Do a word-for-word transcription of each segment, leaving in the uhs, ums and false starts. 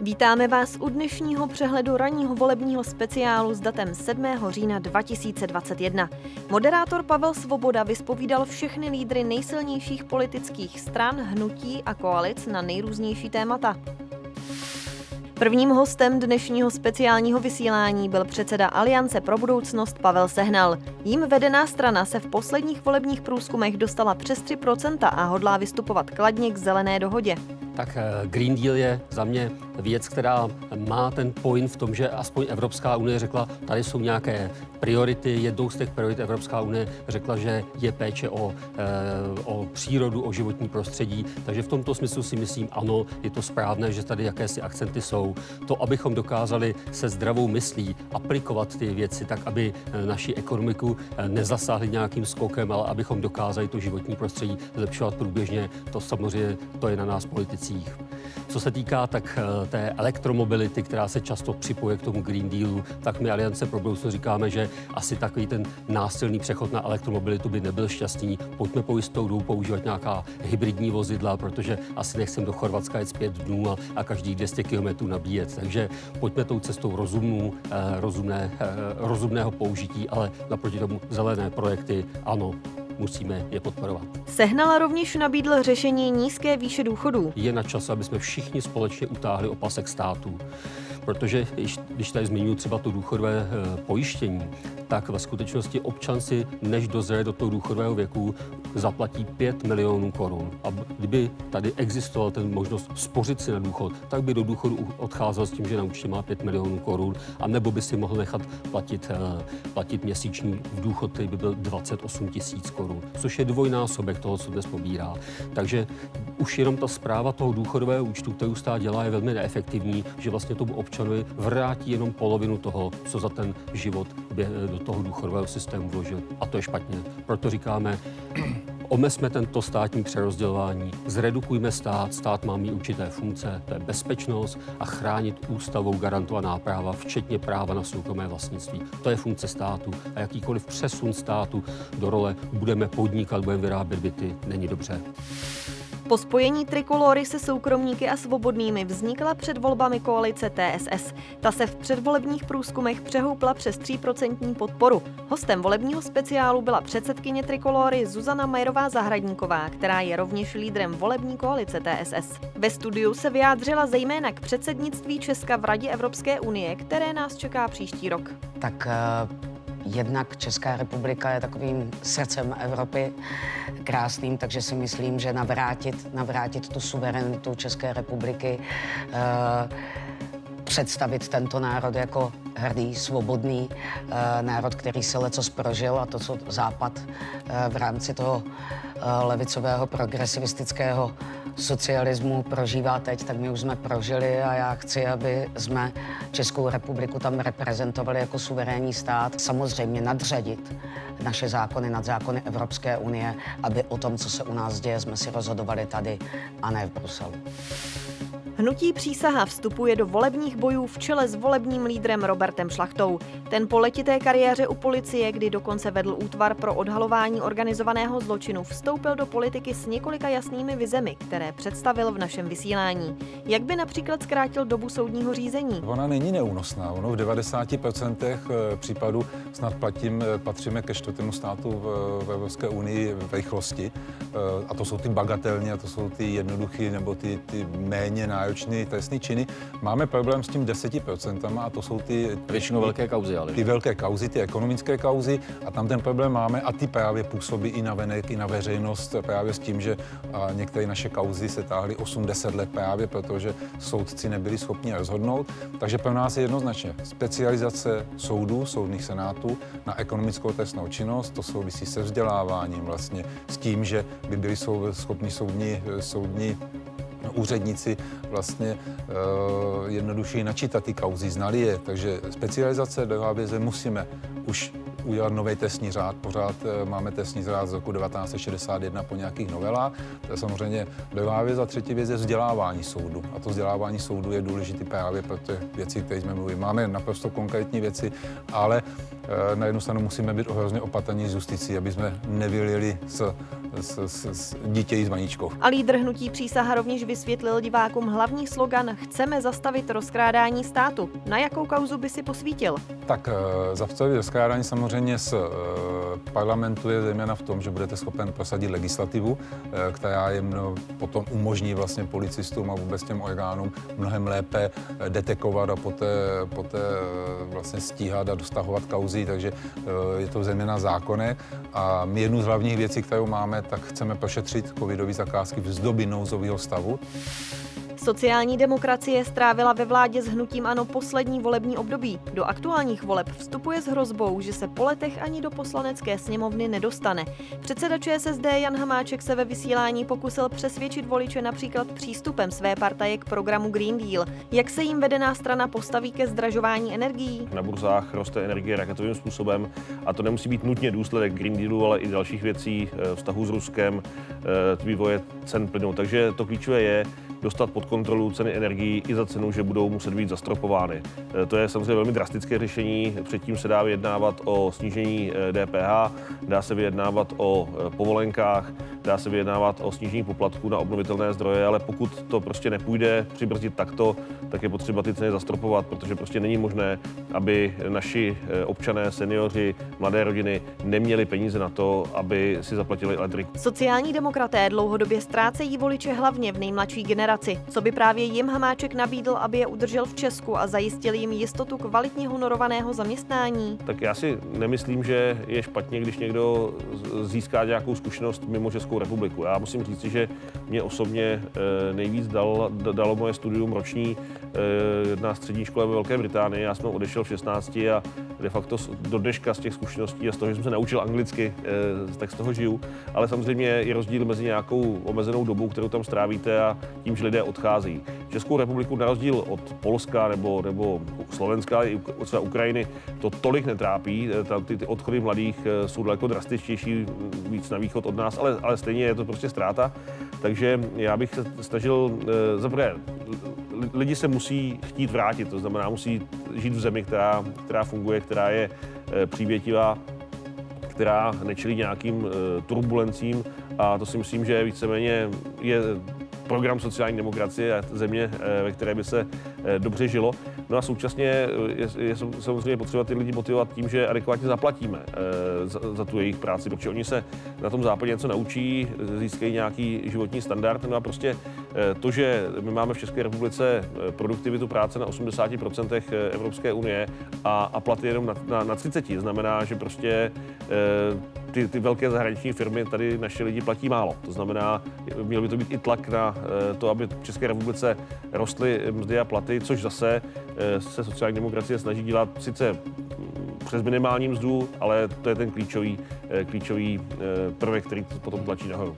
Vítáme vás u dnešního přehledu ranního volebního speciálu s datem sedmého října dva tisíce dvacet jedna. Moderátor Pavel Svoboda vyspovídal všechny lídry nejsilnějších politických stran, hnutí a koalic na nejrůznější témata. Prvním hostem dnešního speciálního vysílání byl předseda Aliance pro budoucnost Pavel Sehnal. Jím vedená strana se v posledních volebních průzkumech dostala přes tři procenta a hodlá vystupovat kladně k zelené dohodě. Tak Green Deal je za mě věc, která má ten point v tom, že aspoň Evropská unie řekla, tady jsou nějaké priority. Jednou z těch priorit Evropská unie řekla, že je péče o, o přírodu, o životní prostředí. Takže v tomto smyslu si myslím, ano, je to správné, že tady jakési akcenty jsou. To, abychom dokázali se zdravou myslí aplikovat ty věci tak, aby naši ekonomiku nezasáhli nějakým skokem, ale abychom dokázali to životní prostředí zlepšovat průběžně, to samozřejmě to je na nás politicích. Co se týká tak té elektromobility, která se často připoje k tomu Green Dealu, tak my Aliance pro budoucnost říkáme, že asi takový ten násilný přechod na elektromobilitu by nebyl šťastný. Pojďme po jistou dobu používat nějaká hybridní vozidla, protože asi nechcem do Chorvatska jet pět dnů a, a každých dvě stě kilometrů nabíjet. Takže pojďme tou cestou rozumnou, eh, rozumné, eh, rozumného použití, ale naproti tomu zelené projekty, ano, musíme je podporovat. Sehnal rovněž nabídl řešení nízké výše důchodů. Je na čas, aby jsme všichni společně utáhli opasek státu. Protože když tady zmiňuji třeba to důchodové pojištění, tak ve skutečnosti občan si, než dozraje do toho důchodového věku, zaplatí pět milionů korun. A kdyby tady existoval ten možnost spořit si na důchod, tak by do důchodu odcházel s tím, že na účtě má pět milionů korun, a nebo by si mohl nechat platit, platit měsíční v důchod, který by byl dvacet osm tisíc korun, což je dvojnásobek toho, co dnes pobírá. Takže už jenom ta správa toho důchodového účtu, kterou stát dělá, je velmi neefektivní, že vlastně tomu občanovi vrátí jenom polovinu toho, co za ten život do toho důchodového systému vložil. A to je špatně. Proto říkáme, omezme tento státní přerozdělování, zredukujme stát, stát má mít určité funkce, to je bezpečnost a chránit ústavou garantovaná práva, včetně práva na soukromé vlastnictví. To je funkce státu a jakýkoliv přesun státu do role budeme podnikat, budeme vyrábět byty, není dobře. Po spojení Trikolory se soukromníky a svobodnými vznikla před volbami koalice T S S. Ta se v předvolebních průzkumech přehoupla přes tří procentní podporu. Hostem volebního speciálu byla předsedkyně Trikolory Zuzana Majerová-Zahradníková, která je rovněž lídrem volební koalice T S S. Ve studiu se vyjádřila zejména k předsednictví Česka v Radě Evropské unie, které nás čeká příští rok. Tak uh... Jednak Česká republika je takovým srdcem Evropy, krásným, takže si myslím, že navrátit, navrátit tu suverenitu České republiky, eh, představit tento národ jako hrdý, svobodný eh, národ, který se lecos prožil, a to, co Západ eh, v rámci toho eh, levicového progresivistického socialismu prožívá teď, tak my už jsme prožili a já chci, aby jsme Českou republiku tam reprezentovali jako suverénní stát. Samozřejmě nadřadit naše zákony nad zákony Evropské unie, aby o tom, co se u nás děje, jsme si rozhodovali tady a ne v Bruselu. Hnutí Přísaha vstupuje do volebních bojů v čele s volebním lídrem Robertem Šlachtou. Ten po letité kariéře u policie, kdy dokonce vedl útvar pro odhalování organizovaného zločinu, vstoupil do politiky s několika jasnými vizemi, které představil v našem vysílání. Jak by například zkrátil dobu soudního řízení? Ona není neúnosná. Ono v devadesáti procentech případů snad platím, patříme ke čtvrtému státu v, v Evropské unii v rychlosti. A to jsou ty bagatelní, a to jsou ty jednoduché nebo ty, ty méně náročné trestné činy. Máme problém s tím deseti procentama a to jsou ty... Většinou velké kauzy, ale... Ty velké kauzy, ty ekonomické kauzy, a tam ten problém máme a ty právě působí i na venek, i na veřejnost právě s tím, že některé naše kauzy se táhly osm deset let právě, protože soudci nebyli schopni rozhodnout. Takže pro nás je jednoznačně specializace soudů, soudních senátů na ekonomickou trestnou činnost, to souvisí se vzděláváním vlastně, s tím, že by byli schopni soudní, soudní úředníci vlastně uh, jednodušeji načítat ty kauzy, znali je. Takže specializace, druhá věc, musíme už udělat nový trestní řád. Pořád máme trestní řád z roku devatenáct set šedesát jedna po nějakých novelách. To je samozřejmě druhá věc. A třetí věc je vzdělávání soudu. A to vzdělávání soudu je důležité právě pro ty věci, které jsme mluvili. Máme naprosto konkrétní věci, ale na jednu stranu musíme být hrozně opatrní s justicí, aby jsme nevylili s, s, s, s dítějí s vaničkou. A lídr hnutí Přísaha rovněž vysvětlil divákům hlavní slogan Chceme zastavit rozkrádání státu. Na jakou kauzu by si posvítil? Tak zastavit rozkrádání samozřejmě z parlamentu je zejména v tom, že budete schopen prosadit legislativu, která jim potom umožní vlastně policistům a vůbec těm orgánům mnohem lépe detekovat a poté, poté vlastně stíhat a dostahovat kauzy, takže je to zejména zákonek. A my jednu z hlavních věcí, kterou máme, tak chceme prošetřit covidové zakázky v doby nouzového stavu. Sociální demokracie strávila ve vládě s hnutím ANO poslední volební období. Do aktuálních voleb vstupuje s hrozbou, že se po letech ani do poslanecké sněmovny nedostane. Předseda ČSSD Jan Hamáček se ve vysílání pokusil přesvědčit voliče například přístupem své partaje k programu Green Deal. Jak se jim vedená strana postaví ke zdražování energií? Na burzách roste energie raketovým způsobem a to nemusí být nutně důsledek Green Dealu, ale i dalších věcí, vztahu s Ruskem, vývoje cen plynu. Takže to klíčové je dostat pod kontrolu ceny energií i za cenu, že budou muset být zastropovány. To je samozřejmě velmi drastické řešení. Předtím se dá vyjednávat o snížení D P H, dá se vyjednávat o povolenkách, dá se vyjednávat o snížení poplatků na obnovitelné zdroje, ale pokud to prostě nepůjde přibrzdit takto, tak je potřeba ty ceny zastropovat, protože prostě není možné, aby naši občané, seniori, mladé rodiny neměli peníze na to, aby si zaplatili elektriku. Sociální demokraté dlouhodobě ztrácejí voliče hlavně v nejmladší generaci. Co by právě jim Hamáček nabídl, aby je udržel v Česku a zajistil jim jistotu kvalitně honorovaného zaměstnání? Tak já si nemyslím, že je špatně, když někdo získá nějakou zkušenost mimo Českou republiku. Já musím říct, že mě osobně nejvíc dal, dalo moje studium roční na střední škole ve Velké Británii. Já jsem odešel v šestnácti a de facto do dneška z těch zkušeností a z toho, že jsem se naučil anglicky, tak z toho žiju. Ale samozřejmě je rozdíl mezi nějakou omezenou dobou, kterou tam strávíte, a tím, že lidé odcházejí. Českou republiku na rozdíl od Polska nebo, nebo Slovenska i od Ukrajiny to tolik netrápí. Ty, ty odchody mladých jsou daleko drastičtější, víc na východ od nás, ale, ale stejně je to prostě ztráta. Takže já bych se snažil, za prvé, lidi se musí chtít vrátit, to znamená, musí žít v zemi, která, která funguje, která je přívětivá, která nečelí nějakým turbulencím, a to si myslím, že víceméně je program sociální demokracie a země, ve které by se dobře žilo. No a současně je, je samozřejmě potřeba ty lidi motivovat tím, že adekvátně zaplatíme za, za tu jejich práci, protože oni se na tom západě něco naučí, získají nějaký životní standard. No a prostě to, že my máme v České republice produktivitu práce na osmdesáti procentech Evropské unie a, a platy jenom na, na, na třiceti, znamená, že prostě ty, ty velké zahraniční firmy tady naše lidi platí málo. To znamená, měl by to být i tlak na to, aby v České republice rostly mzdy a platy, což zase se sociální demokracie snaží dělat sice přes minimální mzdu, ale to je ten klíčový, klíčový prvek, který potom tlačí nahoru.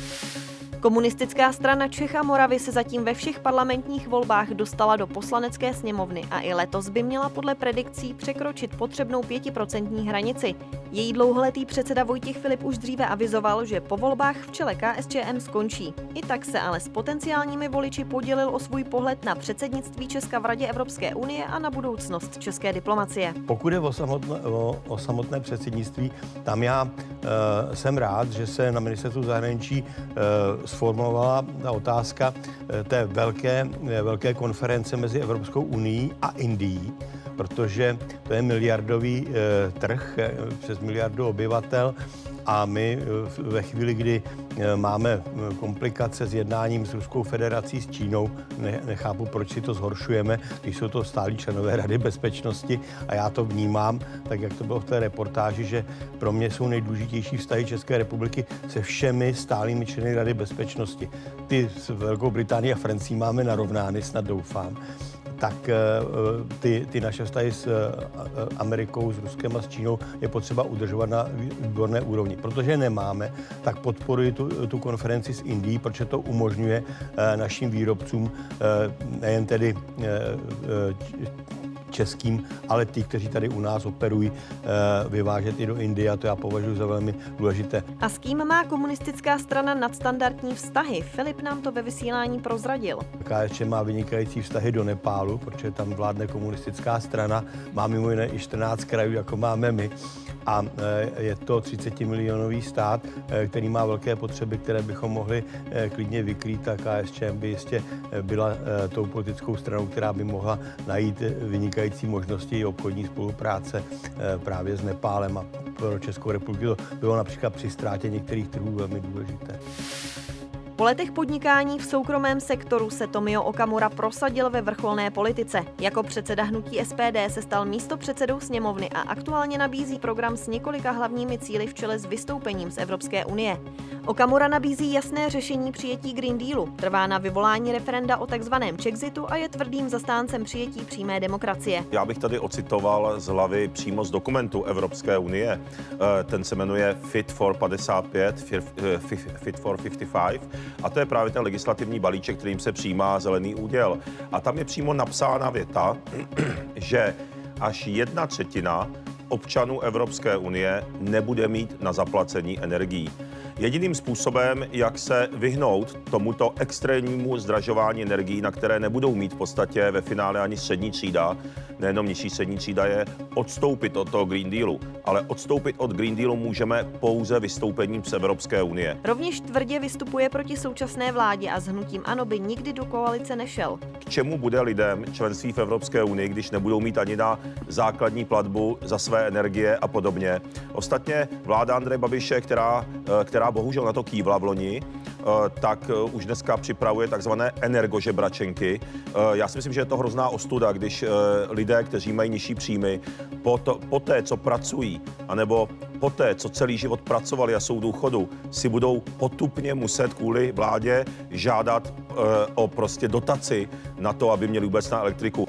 Komunistická strana Čech a Moravy se zatím ve všech parlamentních volbách dostala do poslanecké sněmovny a i letos by měla podle predikcí překročit potřebnou pětiprocentní hranici. Její dlouholetý předseda Vojtěch Filip už dříve avizoval, že po volbách v čele K S Č M skončí. I tak se ale s potenciálními voliči podělil o svůj pohled na předsednictví Česka v Radě Evropské unie a na budoucnost české diplomacie. Pokud je o samotné, o, o samotné předsednictví, tam já e, jsem rád, že se na ministerstvu zahraničí e, sformulovala ta otázka té velké, velké konference mezi Evropskou unií a Indií, protože to je miliardový e, trh, e, přes miliardu obyvatel, a my ve chvíli, kdy máme komplikace s jednáním s Ruskou federací, s Čínou, ne, nechápu, proč si to zhoršujeme, když jsou to stálí členové Rady bezpečnosti, a já to vnímám, tak jak to bylo v té reportáži, že pro mě jsou nejdůležitější vztahy České republiky se všemi stálými členy Rady bezpečnosti. Ty s Velkou Británií a Francií máme narovnány, snad doufám. Tak ty, ty naše vztahy s Amerikou, s Ruskem a s Čínou je potřeba udržovat na výborné úrovni. Protože nemáme, tak podporuji tu, tu konferenci s Indií, protože to umožňuje našim výrobcům nejen tedy českým, ale ty, kteří tady u nás operují, vyvážet i do Indie, a to já považuji za velmi důležité. A s kým má komunistická strana nadstandardní vztahy? Filip nám to ve vysílání prozradil. K S Č má vynikající vztahy do Nepálu, protože tam vládne komunistická strana. Má mimo jiné i čtrnáct krajů, jako máme my. A je to třicetimilionový stát, který má velké potřeby, které bychom mohli klidně vykrýt, a K S Č by jistě byla tou politickou stranou, která by mohla najít vynikající možnosti i obchodní spolupráce právě s Nepálem, a pro Českou republiku to bylo například při ztrátě některých trhů velmi důležité. Po letech podnikání v soukromém sektoru se Tomio Okamura prosadil ve vrcholné politice. Jako předseda hnutí S P D se stal místopředsedou sněmovny a aktuálně nabízí program s několika hlavními cíli v čele s vystoupením z Evropské unie. Okamura nabízí jasné řešení přijetí Green Dealu, trvá na vyvolání referenda o takzvaném Czexitu a je tvrdým zastáncem přijetí přímé demokracie. Já bych tady ocitoval z hlavy přímo z dokumentu Evropské unie. Ten se jmenuje Fit for padesát pět, Fit for padesát pět. A to je právě ten legislativní balíček, kterým se přijímá zelený úděl. A tam je přímo napsána věta, že až jedna třetina občanů Evropské unie nebude mít na zaplacení energií. Jediným způsobem, jak se vyhnout tomuto extrémnímu zdražování energií, na které nebudou mít v podstatě ve finále ani střední třída, nejenom nižší střední třída, je odstoupit od toho Green Dealu. Ale odstoupit od Green Dealu můžeme pouze vystoupením z Evropské unie. Rovněž tvrdě vystupuje proti současné vládě a s hnutím ANO by nikdy do koalice nešel. K čemu bude lidem členství v Evropské unii, když nebudou mít ani na základní platbu za své energie a podobně? Ostatně vláda Andreje Babiše, která, která bohužel na to kývla v loni, tak už dneska připravuje takzvané energožebračenky. Já si myslím, že je to hrozná ostuda, když lidé, kteří mají nižší příjmy, po, to, po té, co pracují, anebo po té, co celý život pracovali a jsou v důchodu, si budou potupně muset kvůli vládě žádat o prostě dotaci na to, aby měli vůbec na elektriku.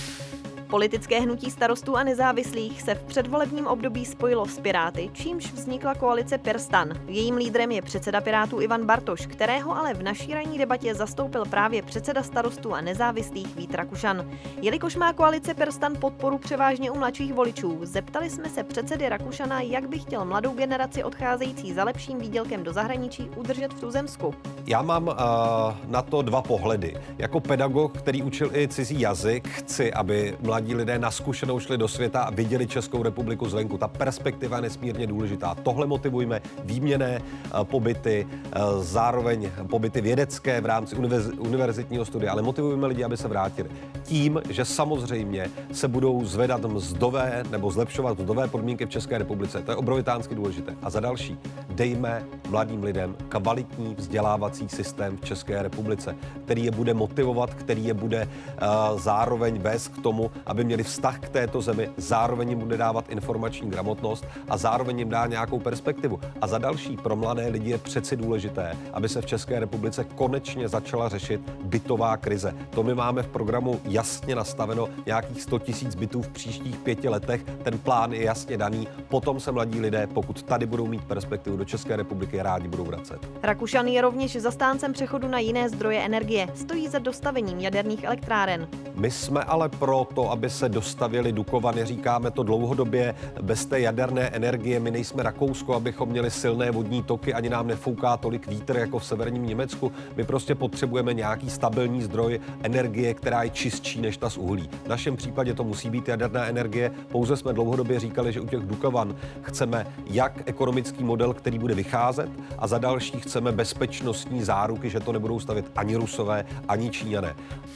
Politické hnutí Starostů a nezávislých se v předvolebním období spojilo s Piráty, čímž vznikla koalice PirSTAN. Jejím lídrem je předseda Pirátů Ivan Bartoš, kterého ale v naší ranní debatě zastoupil právě předseda Starostů a nezávislých Vít Rakušan. Jelikož má koalice PirSTAN podporu převážně u mladších voličů, zeptali jsme se předsedy Rakušana, jak by chtěl mladou generaci odcházející za lepším výdělkem do zahraničí udržet v tuzemsku. Já mám uh, na to dva pohledy. Jako pedagog, který učil i cizí jazyk, chci, aby mladí lidé na zkušenou šli do světa a viděli Českou republiku zvenku. Ta perspektiva je nesmírně důležitá. Tohle motivujme, výměnné uh, pobyty, uh, zároveň pobyty vědecké v rámci univerz, univerzitního studia, ale motivujeme lidi, aby se vrátili. Tím, že samozřejmě se budou zvedat mzdové nebo zlepšovat mzdové podmínky v České republice. To je obrovitánsky důležité. A za další, dejme mladým lidem kvalitní vzdělávací systém v České republice, který je bude motivovat, který je bude uh, zároveň vést k tomu, aby měli vztah k této zemi, zároveň jim bude dávat informační gramotnost a zároveň jim dá nějakou perspektivu. A za další, pro mladé lidi je přeci důležité, aby se v České republice konečně začala řešit bytová krize. To my máme v programu jasně nastaveno, nějakých sto tisíc bytů v příštích pěti letech. Ten plán je jasně daný. Potom se mladí lidé, pokud tady budou mít perspektivu do České republiky, rádi budou vracet. Rakušan je rovněž zastáncem přechodu na jiné zdroje energie. Stojí za dostavením jaderných elektráren. My jsme ale pro to, aby se dostavěly Dukovany, říkáme to dlouhodobě, bez té jaderné energie my nejsme Rakousko, abychom měli silné vodní toky, ani nám nefouká tolik vítr jako v severním Německu. My prostě potřebujeme nějaký stabilní zdroj energie, která je čistší než ta z uhlí. V našem případě to musí být jaderná energie, pouze jsme dlouhodobě říkali, že u těch Dukovan chceme jak ekonomický model, který bude vycházet, a za další chceme bezpečnostní záruky, že to nebudou stavět ani Rusové, ani Číňané.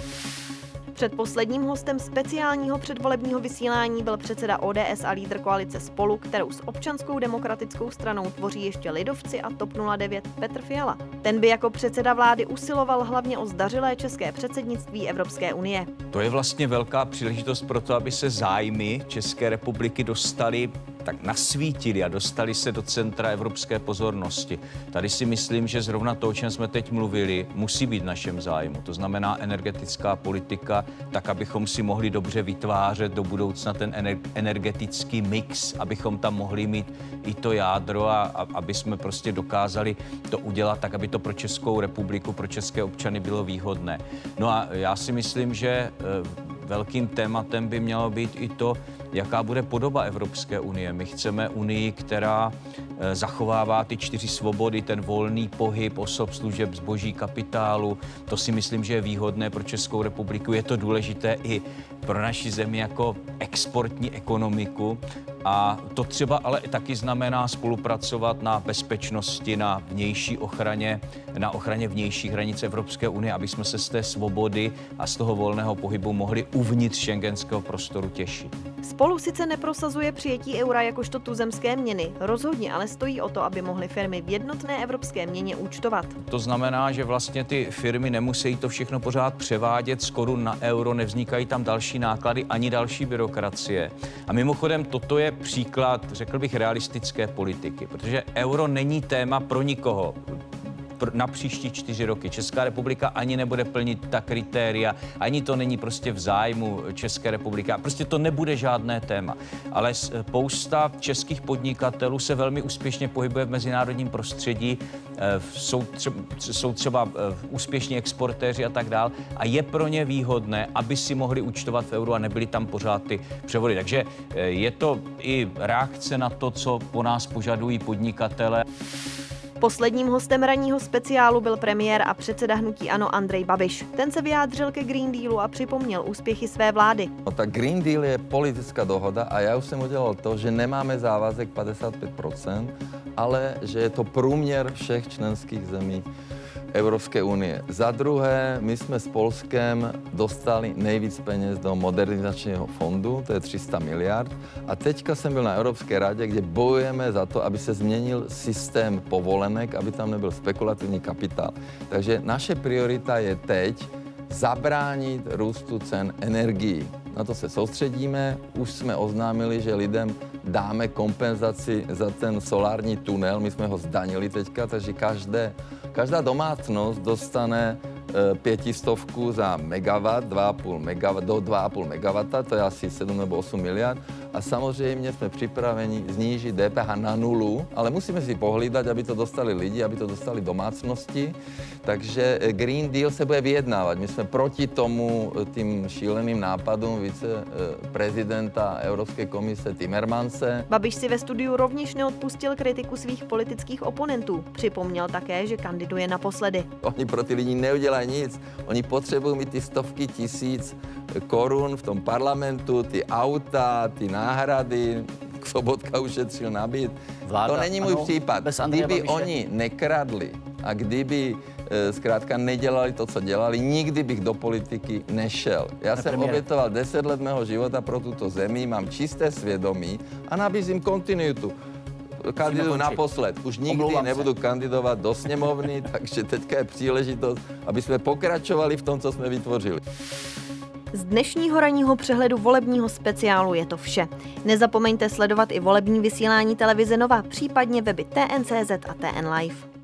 Předposledním hostem speciálního předvolebního vysílání byl předseda O D S a lídr koalice Spolu, kterou s Občanskou demokratickou stranou tvoří ještě lidovci a TOP nula devět Petr Fiala. Ten by jako předseda vlády usiloval hlavně o zdařilé české předsednictví Evropské unie. To je vlastně velká příležitost pro to, aby se zájmy České republiky dostaly, tak nasvítili a dostali se do centra evropské pozornosti. Tady si myslím, že zrovna to, o čem jsme teď mluvili, musí být v našem zájmu. To znamená energetická politika, tak abychom si mohli dobře vytvářet do budoucna ten energetický mix, abychom tam mohli mít i to jádro a, a aby jsme prostě dokázali to udělat tak, aby to pro Českou republiku, pro české občany bylo výhodné. No a já si myslím, že velkým tématem by mělo být i to, jaká bude podoba Evropské unie. My chceme unii, která zachovává ty čtyři svobody, ten volný pohyb osob, služeb, zboží, kapitálu. To si myslím, že je výhodné pro Českou republiku. Je to důležité i pro naši zemi jako exportní ekonomiku. A to třeba ale taky znamená spolupracovat na bezpečnosti, na vnější ochraně, na ochraně vnějších hranic Evropské unie, aby jsme se z té svobody a z toho volného pohybu mohli uvnitř šengenského prostoru těšit. Spolu sice neprosazuje přijetí eura jakožto tuzemské měny, rozhodně ale stojí o to, aby mohly firmy v jednotné evropské měně účtovat. To znamená, že vlastně ty firmy nemusí to všechno pořád převádět z korun na euro, nevznikají tam další náklady ani další byrokracie. A mimochodem toto je příklad, řekl bych, realistické politiky, protože euro není téma pro nikoho na příští čtyři roky. Česká republika ani nebude plnit ta kritéria, ani to není prostě v zájmu České republiky. Prostě to nebude žádné téma. Ale spousta českých podnikatelů se velmi úspěšně pohybuje v mezinárodním prostředí, jsou třeba, jsou třeba úspěšní exportéři a tak dál. A je pro ně výhodné, aby si mohli účtovat v euru a nebyly tam pořád ty převody. Takže je to i reakce na to, co po nás požadují podnikatele. Posledním hostem ranního speciálu byl premiér a předseda hnutí ANO Andrej Babiš. Ten se vyjádřil ke Green Dealu a připomněl úspěchy své vlády. No, tak Green Deal je politická dohoda a já už jsem udělal to, že nemáme závazek padesát pět procent, ale že je to průměr všech členských zemí Evropské unie. Za druhé, my jsme s Polskem dostali nejvíc peněz do modernizačního fondu, to je tři sta miliard. A teďka jsem byl na Evropské radě, kde bojujeme za to, aby se změnil systém povolenek, aby tam nebyl spekulativní kapitál. Takže naše priorita je teď zabránit růstu cen energií. Na to se soustředíme. Už jsme oznámili, že lidem dáme kompenzaci za ten solární tunel. My jsme ho zdanili teďka, takže každé, každá domácnost dostane e, pětistovku za megawatt, dva a půl megawatt, do dva a půl megawata, to je asi sedm nebo osm miliard. A samozřejmě jsme připraveni snížit D P H na nulu, ale musíme si pohlídat, aby to dostali lidi, aby to dostali domácnosti. Takže Green Deal se bude vyjednávat. My jsme proti tomu tím šíleným nápadům viceprezidenta Evropské komise Timmermanse. Babiš si ve studiu rovněž neodpustil kritiku svých politických oponentů. Připomněl také, že kandiduje naposledy. Oni pro ty lidi neudělají nic. Oni potřebují mít ty stovky tisíc korun v tom parlamentu, ty auta, ty náhrady. Sobotka ušetřil na byt. Vláda, to není můj ano, případ. Kdyby Babiše. Oni nekradli a kdyby e, zkrátka nedělali to, co dělali, nikdy bych do politiky nešel. Já jsem premiére. obětoval deset let mého života pro tuto zemi, mám čisté svědomí a nabízím kontinuitu. Kandiduju naposled. Už nikdy Omlouvám nebudu se. kandidovat do sněmovny, takže teďka je příležitost, aby jsme pokračovali v tom, co jsme vytvořili. Z dnešního ranního přehledu volebního speciálu je to vše. Nezapomeňte sledovat i volební vysílání televize Nova, případně weby T N C Z a T N Live.